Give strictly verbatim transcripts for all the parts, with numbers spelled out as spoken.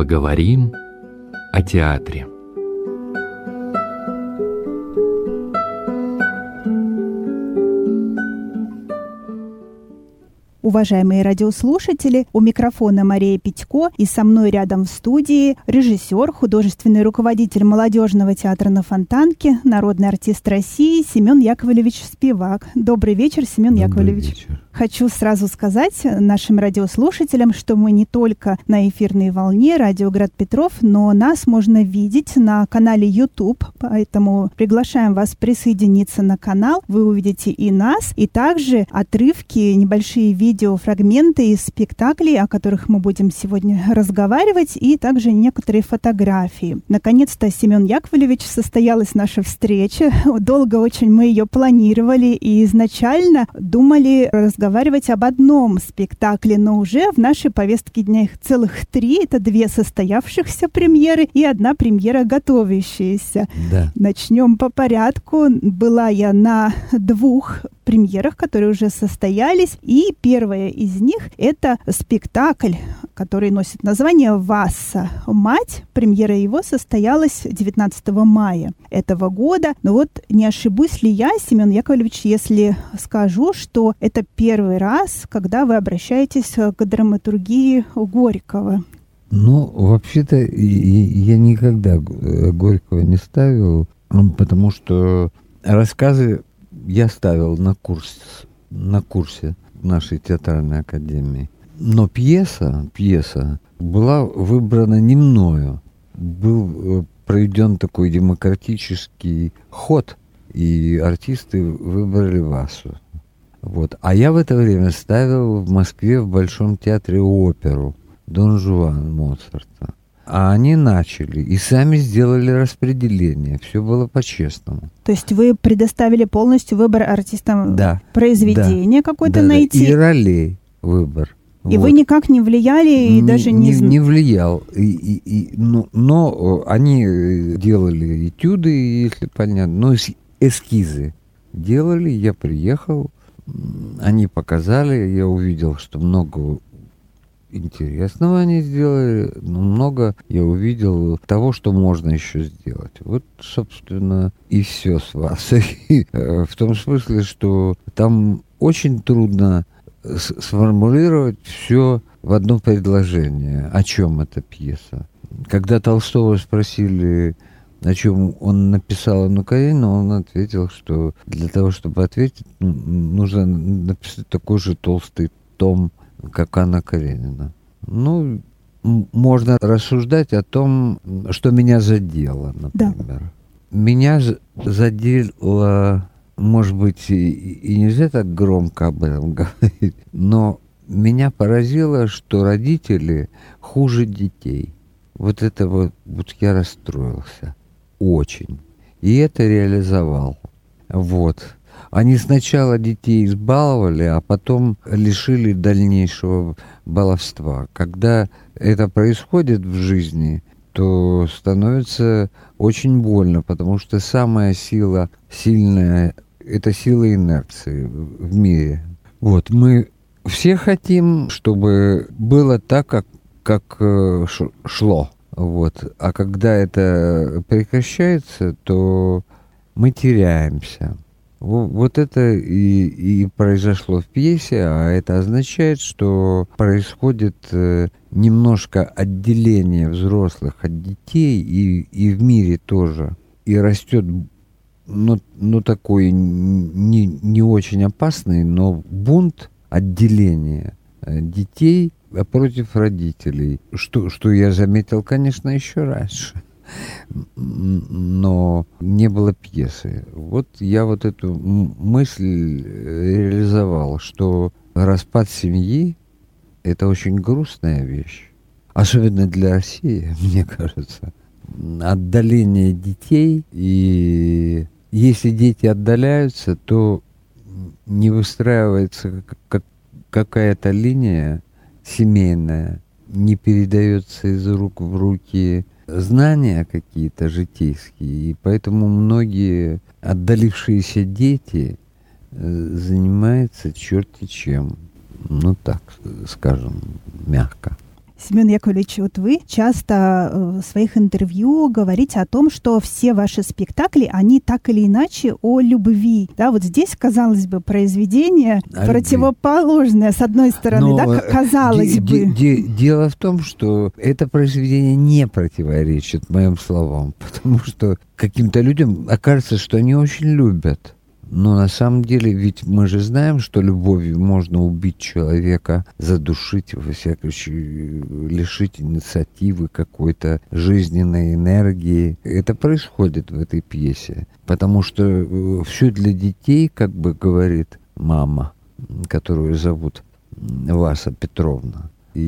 Поговорим о театре. Уважаемые радиослушатели, у микрофона Мария Петько, и со мной рядом в студии режиссер, художественный руководитель молодежного театра на Фонтанке, народный артист России Семен Яковлевич Спивак. Добрый вечер, Семен Добрый Яковлевич. Вечер. Хочу сразу сказать нашим радиослушателям, что мы не только на эфирной волне радио Град Петров, но нас можно видеть на канале YouTube, поэтому приглашаем вас присоединиться на канал. Вы увидите и нас, и также отрывки, небольшие видеофрагменты из спектаклей, о которых мы будем сегодня разговаривать, и также некоторые фотографии. Наконец-то, Семен Яковлевич, состоялась наша встреча. Долго очень мы ее планировали и изначально думали разговаривать разговаривать об одном спектакле, но уже в нашей повестке дня их целых три. Это две состоявшихся премьеры и одна премьера готовящаяся. Да. Начнем по порядку. Была я на двух премьерах, которые уже состоялись, и первая из них — это спектакль, который носит название «Васса. Мать». Премьера его состоялась девятнадцатого мая этого года. Но вот не ошибусь ли я, Семен Яковлевич, если скажу, что это первый раз, когда вы обращаетесь к драматургии Горького? Ну, вообще-то я никогда Горького не ставил, потому что рассказы я ставил на курс, на курсе нашей театральной академии. Но пьеса, пьеса была выбрана не мною. Был проведен такой демократический ход, и артисты выбрали Васу. Вот. А я в это время ставил в Москве в Большом театре оперу «Дон Жуан» Моцарта. А они начали и сами сделали распределение. Все было по-честному. То есть вы предоставили полностью выбор артистам, да, произведения да, какое-то да, найти? И ролей выбор. И вот. Вы никак не влияли и не, даже не... Не, не влиял. И, и, и, но, но они делали этюды, если понятно, но эскизы делали. Я приехал, они показали, я увидел, что много интересного они сделали, но много я увидел того, что можно еще сделать. Вот, собственно, и все с вас. В том смысле, что там очень трудно сформулировать все в одно предложение. О чем эта пьеса? Когда Толстого спросили, о чем он написал Анну Каренину, он ответил, что для того, чтобы ответить, нужно написать такой же толстый том, как Анна Каренина. Ну, м- можно рассуждать о том, что меня задело, например. Да. Меня задело, может быть, и, и нельзя так громко об этом говорить, но меня поразило, что родители хуже детей. Вот это вот, вот я расстроился. Очень. И это реализовал. Вот. Они сначала детей избаловали, а потом лишили дальнейшего баловства. Когда это происходит в жизни, то становится очень больно, потому что самая сила, сильная, это сила инерции в мире. Вот, мы все хотим, чтобы было так, как, как шло. Вот. А когда это прекращается, то мы теряемся. Вот это и, и произошло в пьесе, а это означает, что происходит немножко отделение взрослых от детей и, и в мире тоже. И растет, ну, ну такой не, не очень опасный, но бунт отделения детей против родителей. Что, что я заметил, конечно, еще раньше. Но не было пьесы. Вот я вот эту мысль реализовал, что распад семьи — это очень грустная вещь. Особенно для России, мне кажется. Отдаление детей, и если дети отдаляются, то не выстраивается как какая-то линия семейная, не передается из рук в руки знания какие-то житейские, и поэтому многие отдалившиеся дети занимаются черти чем. Ну так, скажем, мягко. Семен Яковлевич, вот вы часто в своих интервью говорите о том, что все ваши спектакли, они так или иначе о любви. Да, вот здесь, казалось бы, произведение о противоположное, любви. С одной стороны, Но да, казалось де- бы. Де- де- дело в том, что это произведение не противоречит моим словам, потому что каким-то людям окажется, что они очень любят. Но на самом деле, ведь мы же знаем, что любовью можно убить человека, задушить, во всяком случае, лишить инициативы какой-то жизненной энергии. Это происходит в этой пьесе, потому что все для детей, как бы говорит мама, которую зовут Васа Петровна.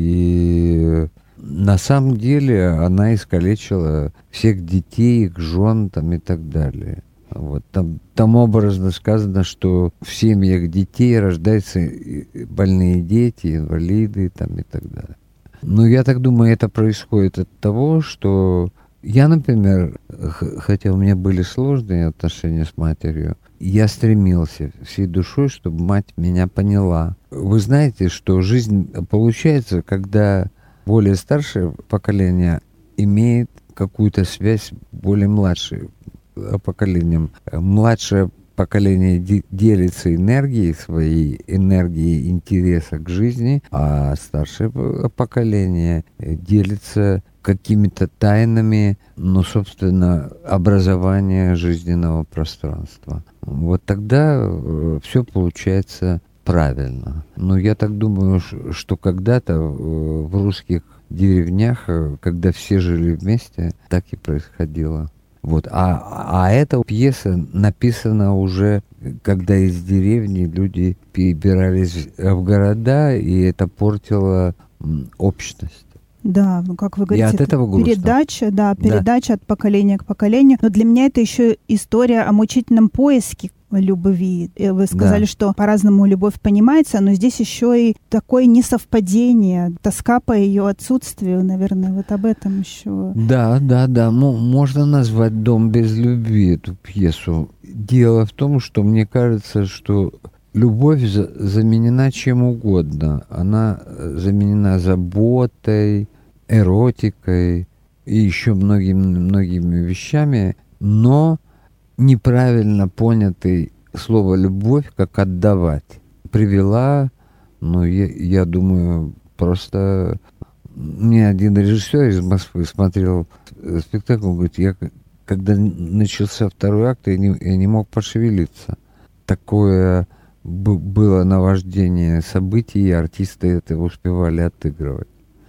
И на самом деле она искалечила всех детей, их жен там, и так далее. Вот, там, там образно сказано, что в семьях детей рождаются больные дети, инвалиды там, и так далее. Но я так думаю, это происходит от того, что я, например, х- хотя у меня были сложные отношения с матерью, я стремился всей душой, чтобы мать меня поняла. Вы знаете, что жизнь получается, когда более старшее поколение имеет какую-то связь с более младшей поколением. Младшее поколение де- делится энергией своей, энергией интереса к жизни, а старшее поколение делится какими-то тайнами, ну, собственно, образования жизненного пространства. Вот тогда э, все получается правильно. Но я так думаю, что когда-то э, в русских деревнях, э, когда все жили вместе, так и происходило. Вот. А, а эта пьеса написана уже, когда из деревни люди перебирались в города, и это портило м, общность. Да, ну как вы говорите, от этого грустно. передача, да, передача Да. от поколения к поколению. Но для меня это еще история о мучительном поиске любви. И вы сказали, Да. что по-разному любовь понимается, но здесь еще и такое несовпадение, тоска по ее отсутствию, наверное, вот об этом еще. Да, да, да. Ну, можно назвать «Дом без любви» эту пьесу. Дело в том, что мне кажется, что любовь за- заменена чем угодно. Она заменена заботой, эротикой и еще многими, многими вещами, но неправильно понятый слово «любовь» как «отдавать» привела, ну, я, я думаю, просто... Мне один режиссер из Москвы смотрел спектакль, он говорит, я когда начался второй акт, я не, я не мог пошевелиться. Такое б- было наваждение событий, и артисты это успевали отыгрывать.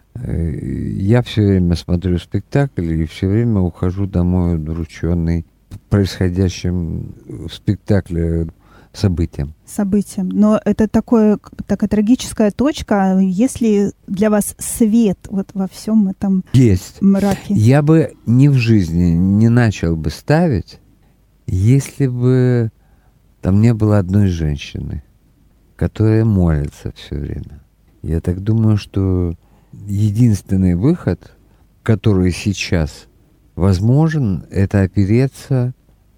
Я все время смотрю спектакль и все время ухожу домой удрученный происходящим в спектакле событием. Событием. Но это такое, такая трагическая точка. Есть ли для вас свет вот во всем этом Есть. мраке? Я бы ни в жизни не начал бы ставить, если бы там не было одной женщины, которая молится все время. Я так думаю, что единственный выход, который сейчас возможен, это опереться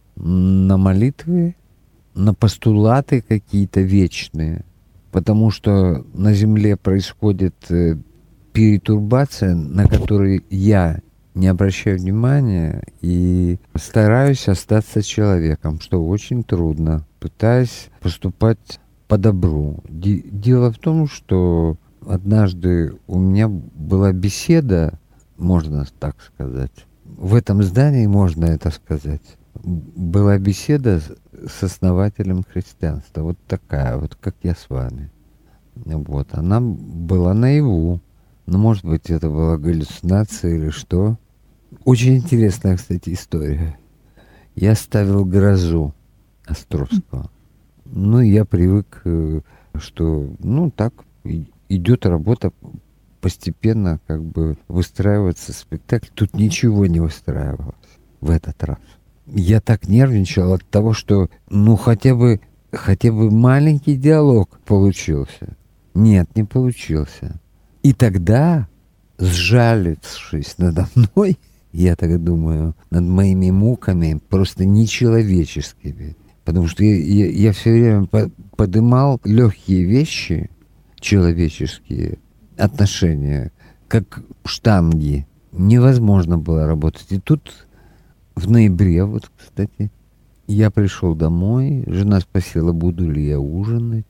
на молитвы, на постулаты какие-то вечные, потому что на Земле происходит э, перетурбация, на которую я не обращаю внимания и стараюсь остаться человеком, что очень трудно, пытаясь поступать по добру. Де- дело в том, что однажды у меня была беседа, можно так сказать, в этом здании можно это сказать, была беседа с основателем христианства, вот такая, вот как я с вами. Вот, она была наяву. Ну, может быть, это была галлюцинация или что. Очень интересная, кстати, история. Я ставил «Грозу» Островского. Ну, я привык, что, ну, так идет работа, постепенно как бы выстраивается спектакль. Тут ничего не выстраивалось в этот раз. Я так нервничал от того, что, ну, хотя бы, хотя бы маленький диалог получился. Нет, не получился. И тогда, сжалившись надо мной, я так думаю, над моими муками, просто нечеловеческими, потому что я, я, я все время по- подымал легкие вещи, человеческие отношения, как штанги. Невозможно было работать. И тут в ноябре, вот, кстати, я пришел домой, жена спросила, буду ли я ужинать.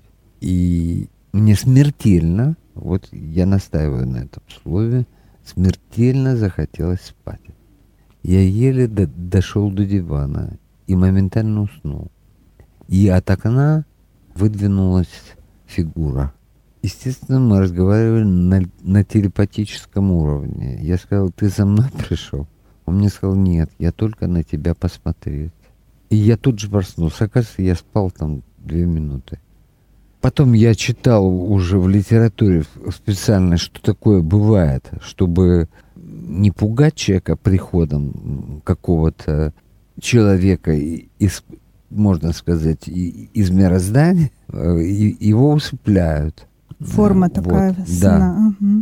И мне смертельно, вот я настаиваю на этом слове, смертельно захотелось спать. Я еле до, дошел до дивана и моментально уснул. И от окна выдвинулась фигура. Естественно, мы разговаривали на, на телепатическом уровне. Я сказал, ты за мной пришел? Он мне сказал, нет, я только на тебя посмотреть. И я тут же проснулся. Оказывается, я спал там две минуты. Потом я читал уже в литературе специально, что такое бывает, чтобы не пугать человека приходом какого-то человека из, можно сказать, из мироздания, его усыпляют. Форма вот, такая да. сна. Угу.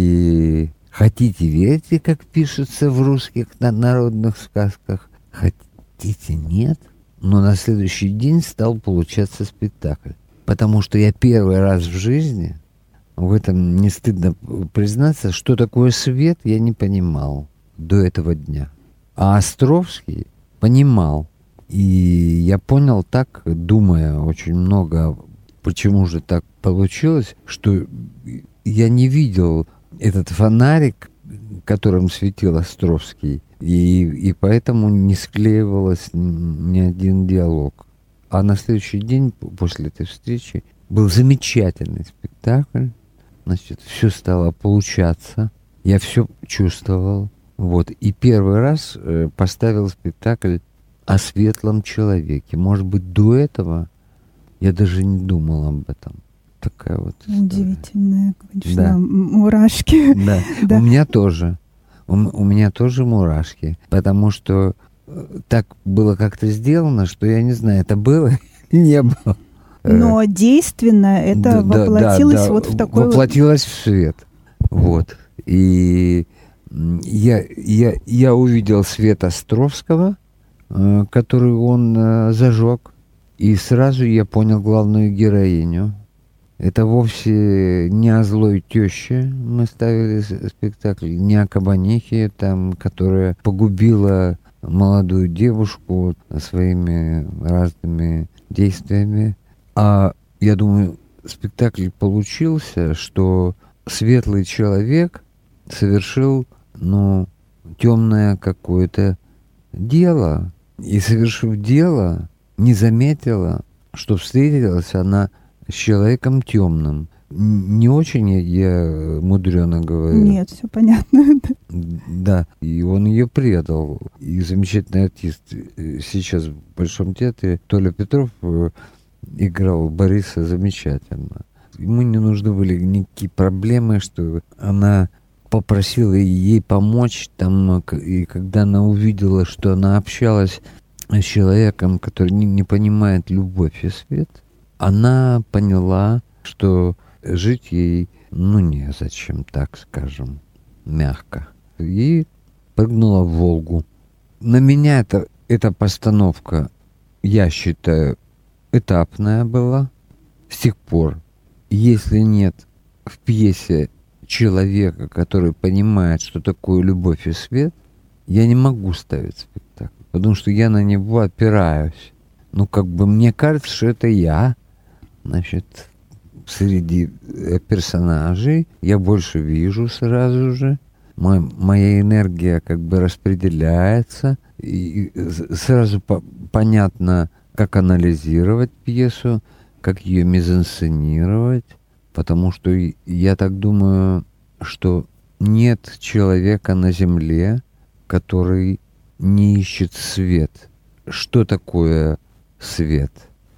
И хотите, верьте, как пишется в русских народных сказках, хотите, нет. Но на следующий день стал получаться спектакль. Потому что я первый раз в жизни, в этом не стыдно признаться, что такое свет, я не понимал до этого дня. А Островский понимал. И я понял так, думая очень много, почему же так получилось, что я не видел этот фонарик, которым светил Островский, и, и поэтому не склеивалось ни один диалог. А на следующий день после этой встречи был замечательный спектакль. Значит, все стало получаться. Я все чувствовал. Вот. И первый раз э, поставил спектакль о светлом человеке. Может быть, до этого я даже не думал об этом. Такая вот история. Удивительная, конечно, да. Мурашки. Да. да, у меня тоже. У, у меня тоже мурашки. Потому что так было как-то сделано, что я не знаю, это было или не было. Но действенно это да, воплотилось да, да, вот в такой... Воплотилось в свет. Вот. И я, я, я увидел свет Островского, который он зажег, и сразу я понял главную героиню. Это вовсе не о злой теще мы ставили спектакль, не о кабанихе, там, которая погубила молодую девушку своими разными действиями. А я думаю, спектакль получился, что светлый человек совершил, ну, темное какое-то дело. И, совершив дело, не заметила, что встретилась она с человеком темным. Не очень я мудрено говорю. Нет, все понятно. Да, и он ее предал. И замечательный артист сейчас в Большом театре Толя Петров играл Бориса замечательно. Ему не нужны были никакие проблемы, что она попросила ей помочь. Там, и когда она увидела, что она общалась с человеком, который не, не понимает любовь и свет, она поняла, что жить ей, ну, незачем, так скажем, мягко. И прыгнула в Волгу. На меня это, эта постановка, я считаю, этапная была. С тех пор, если нет в пьесе человека, который понимает, что такое любовь и свет, я не могу ставить спектакль, потому что я на него опираюсь. Ну, как бы мне кажется, что это я. Значит, среди персонажей я больше вижу сразу же. Мой, моя энергия как бы распределяется. И сразу по- понятно, как анализировать пьесу, как ее мизансценировать. Потому что я так думаю, что нет человека на земле, который не ищет свет. Что такое свет?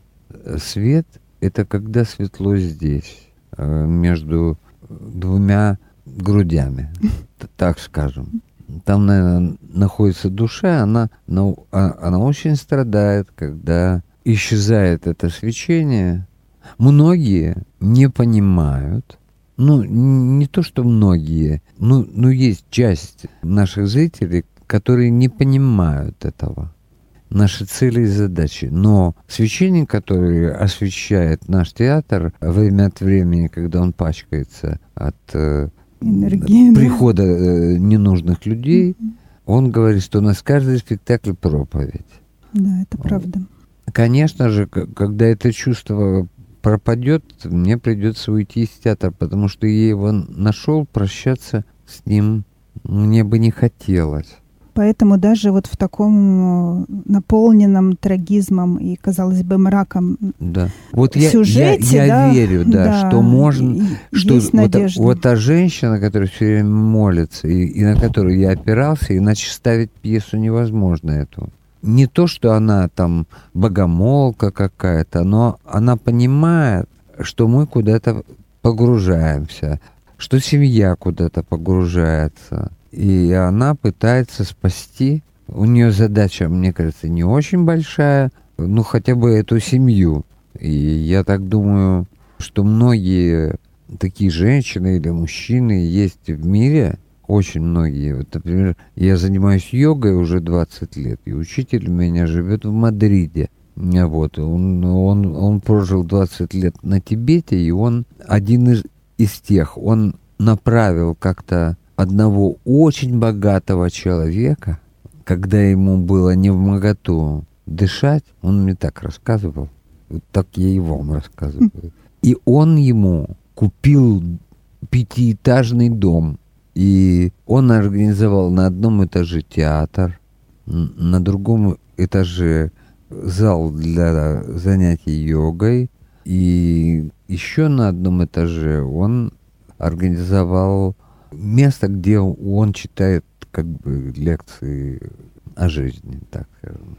Свет — это когда светло здесь, между двумя грудями, так скажем. Там, наверное, находится душа, она, она очень страдает, когда исчезает это свечение. Многие не понимают, ну, не то, что многие, ну, ну есть часть наших зрителей, которые не понимают этого. Наши цели и задачи. Но священник, который освещает наш театр время от времени, когда он пачкается от э, энергии, прихода да? ненужных людей. Mm-hmm. Он говорит, что у нас каждый спектакль проповедь. Да, это правда. Конечно же, когда это чувство пропадет, мне придется уйти из театра, потому что я его нашел, прощаться с ним мне бы не хотелось. Поэтому даже вот в таком наполненном трагизмом и, казалось бы, мраком да. вот сюжете, я, я, я да, верю, да, да, что можно, и, что есть вот, надежда. вот та женщина, которая все время молится, и, и на которую я опирался, иначе ставить пьесу невозможно эту. Не то, что она там богомолка какая-то, но она понимает, что мы куда-то погружаемся, что семья куда-то погружается. И она пытается спасти. У нее задача, мне кажется, не очень большая, ну хотя бы эту семью. И я так думаю, что многие такие женщины или мужчины есть в мире, очень многие. Вот, например, я занимаюсь йогой уже двадцать лет, и учитель у меня живет в Мадриде. Вот, он, он, он прожил двадцать лет на Тибете, и он один из, из тех, он направил как-то одного очень богатого человека, когда ему было невмоготу дышать, он мне так рассказывал, вот так я и вам рассказываю. И он ему купил пятиэтажный дом, и он организовал на одном этаже театр, на другом этаже зал для занятий йогой, и еще на одном этаже он организовал место, где он читает как бы лекции о жизни, так скажем.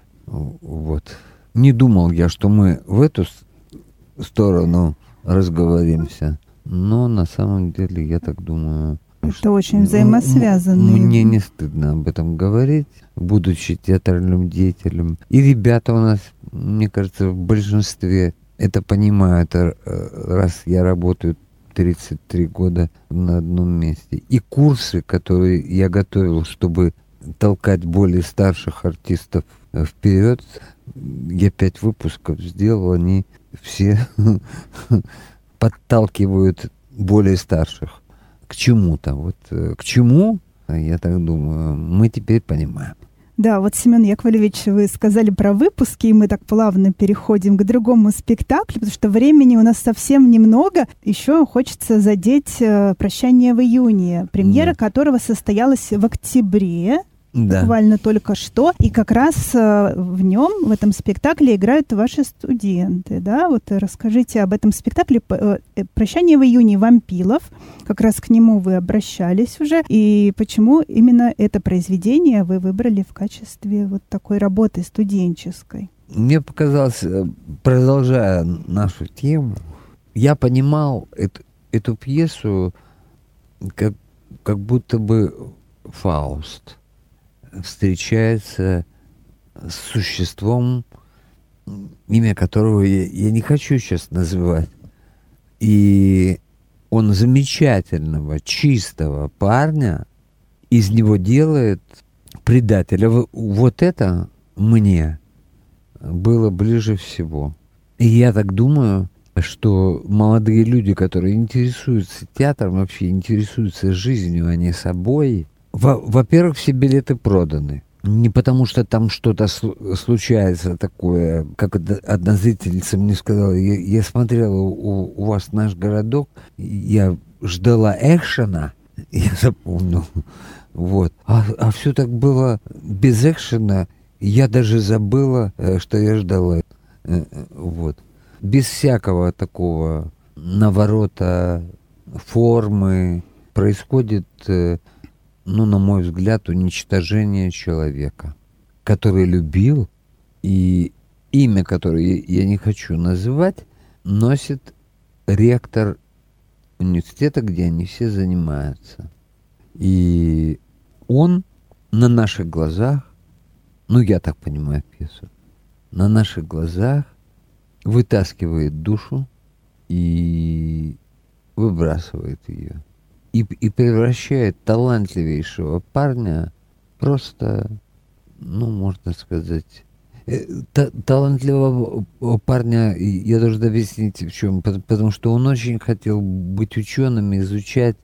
Вот. Не думал я, что мы в эту сторону разговоримся, но на самом деле я так думаю. Это очень взаимосвязано. Мне не стыдно об этом говорить, будучи театральным деятелем. И ребята у нас, мне кажется, в большинстве это понимают, раз я работаю тридцать три года на одном месте. И курсы, которые я готовил, чтобы толкать более старших артистов вперед, я пять выпусков сделал, они все подталкивают более старших к чему-то. Вот к чему, я так думаю, мы теперь понимаем. Да, вот, Семен Яковлевич, вы сказали про выпуски, и мы так плавно переходим к другому спектаклю, потому что времени у нас совсем немного. Еще хочется задеть «Прощание в июне», премьера да. которого состоялась в октябре. Да. Буквально только что. И как раз в нем, в этом спектакле, играют ваши студенты. Да? Вот расскажите об этом спектакле «Прощание в июне» Вампилов. Как раз к нему вы обращались уже. И почему именно это произведение вы выбрали в качестве вот такой работы студенческой? Мне показалось, продолжая нашу тему, я понимал эту, эту пьесу как, как будто бы Фауст встречается с существом, имя которого я, я не хочу сейчас называть. И он замечательного, чистого парня из него делает предателя. Вот это мне было ближе всего. И я так думаю, что молодые люди, которые интересуются театром, вообще интересуются жизнью, а не собой, во-первых, все билеты проданы. Не потому, что там что-то случается такое, как одна зрительница мне сказала, я, я смотрела у, у вас наш городок, я ждала экшена, я запомнил, вот. А, а все так было без экшена, я даже забыла, что я ждала, вот. Без всякого такого наворота формы происходит... ну, на мой взгляд, уничтожение человека, который любил, и имя, которое я не хочу называть, носит ректор университета, где они все занимаются. И он на наших глазах, ну, я так понимаю пьесу, на наших глазах вытаскивает душу и выбрасывает ее. И, и превращает талантливейшего парня просто, ну, можно сказать, Та- талантливого парня, я должен объяснить в чем. Потому что он очень хотел быть ученым, изучать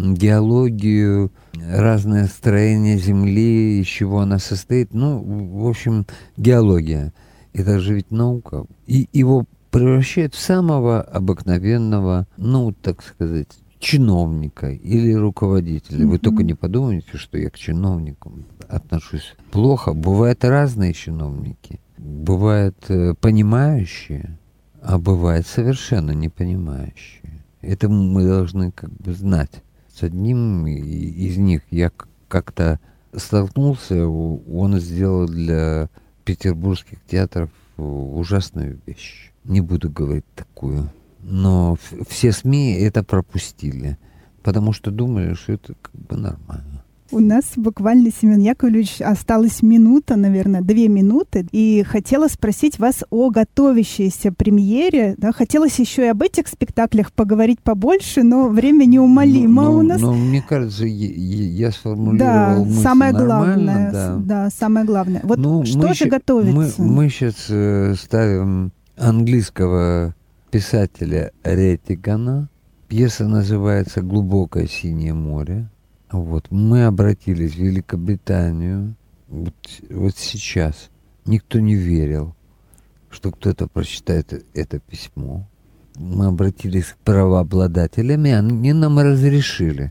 геологию, разное строение Земли, из чего она состоит. Ну, в общем, геология. Это же ведь наука. И его превращают в самого обыкновенного, ну, так сказать, чиновника или руководителя. Mm-hmm. Вы только не подумайте, что я к чиновникам отношусь плохо. Бывают разные чиновники. Бывают э, понимающие, а бывают совершенно непонимающие. Это мы должны как бы знать. С одним из них я как-то столкнулся, он сделал для петербургских театров ужасную вещь. Не буду говорить такую. Но все СМИ это пропустили, потому что думали, что это как бы нормально. У нас буквально, Семен Яковлевич, осталась минута, наверное, две минуты. И хотела спросить вас о готовящейся премьере. Да, хотелось еще и об этих спектаклях поговорить побольше, но время неумолимо но, но, у нас. Но мне кажется, я, я сформулировал да, мысль самое нормально. Главное, да. да, самое главное. Вот ну, что же ща, готовится? Мы, мы сейчас э, ставим английского писателя Ретигана. Пьеса называется «Глубокое синее море». Вот. Мы обратились в Великобританию. Вот, вот сейчас никто не верил, что кто-то прочитает это письмо. Мы обратились к правообладателям, и они нам разрешили.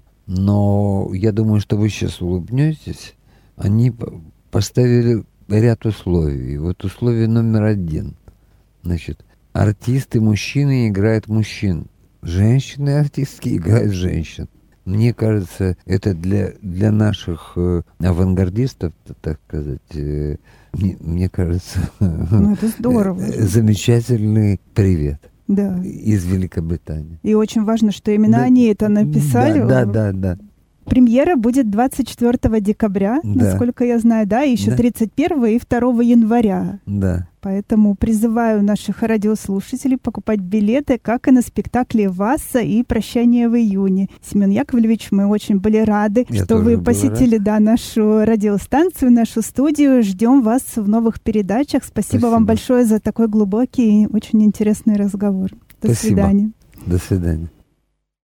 Но я думаю, что вы сейчас улыбнетесь. Они поставили ряд условий. Вот условие номер один. Значит, артисты мужчины играют мужчин. Женщины-артистки играют женщин. Мне кажется, это для, для наших э, авангардистов, так сказать, э, мне, мне кажется, ну, это здорово. Замечательный привет. Да. Из Великобритании. И очень важно, что именно да, они это написали. Да, да, да, да. Премьера будет двадцать четвёртого декабря, да. Насколько я знаю, да, и еще да. тридцать первого и второго января. Да. Поэтому призываю наших радиослушателей покупать билеты, как и на спектакле «Васса» и «Прощание в июне». Семен Яковлевич, мы очень были рады, я что вы посетили да, нашу радиостанцию, нашу студию. Ждем вас в новых передачах. Спасибо, Спасибо. вам большое за такой глубокий и очень интересный разговор. До Спасибо. свидания. До свидания.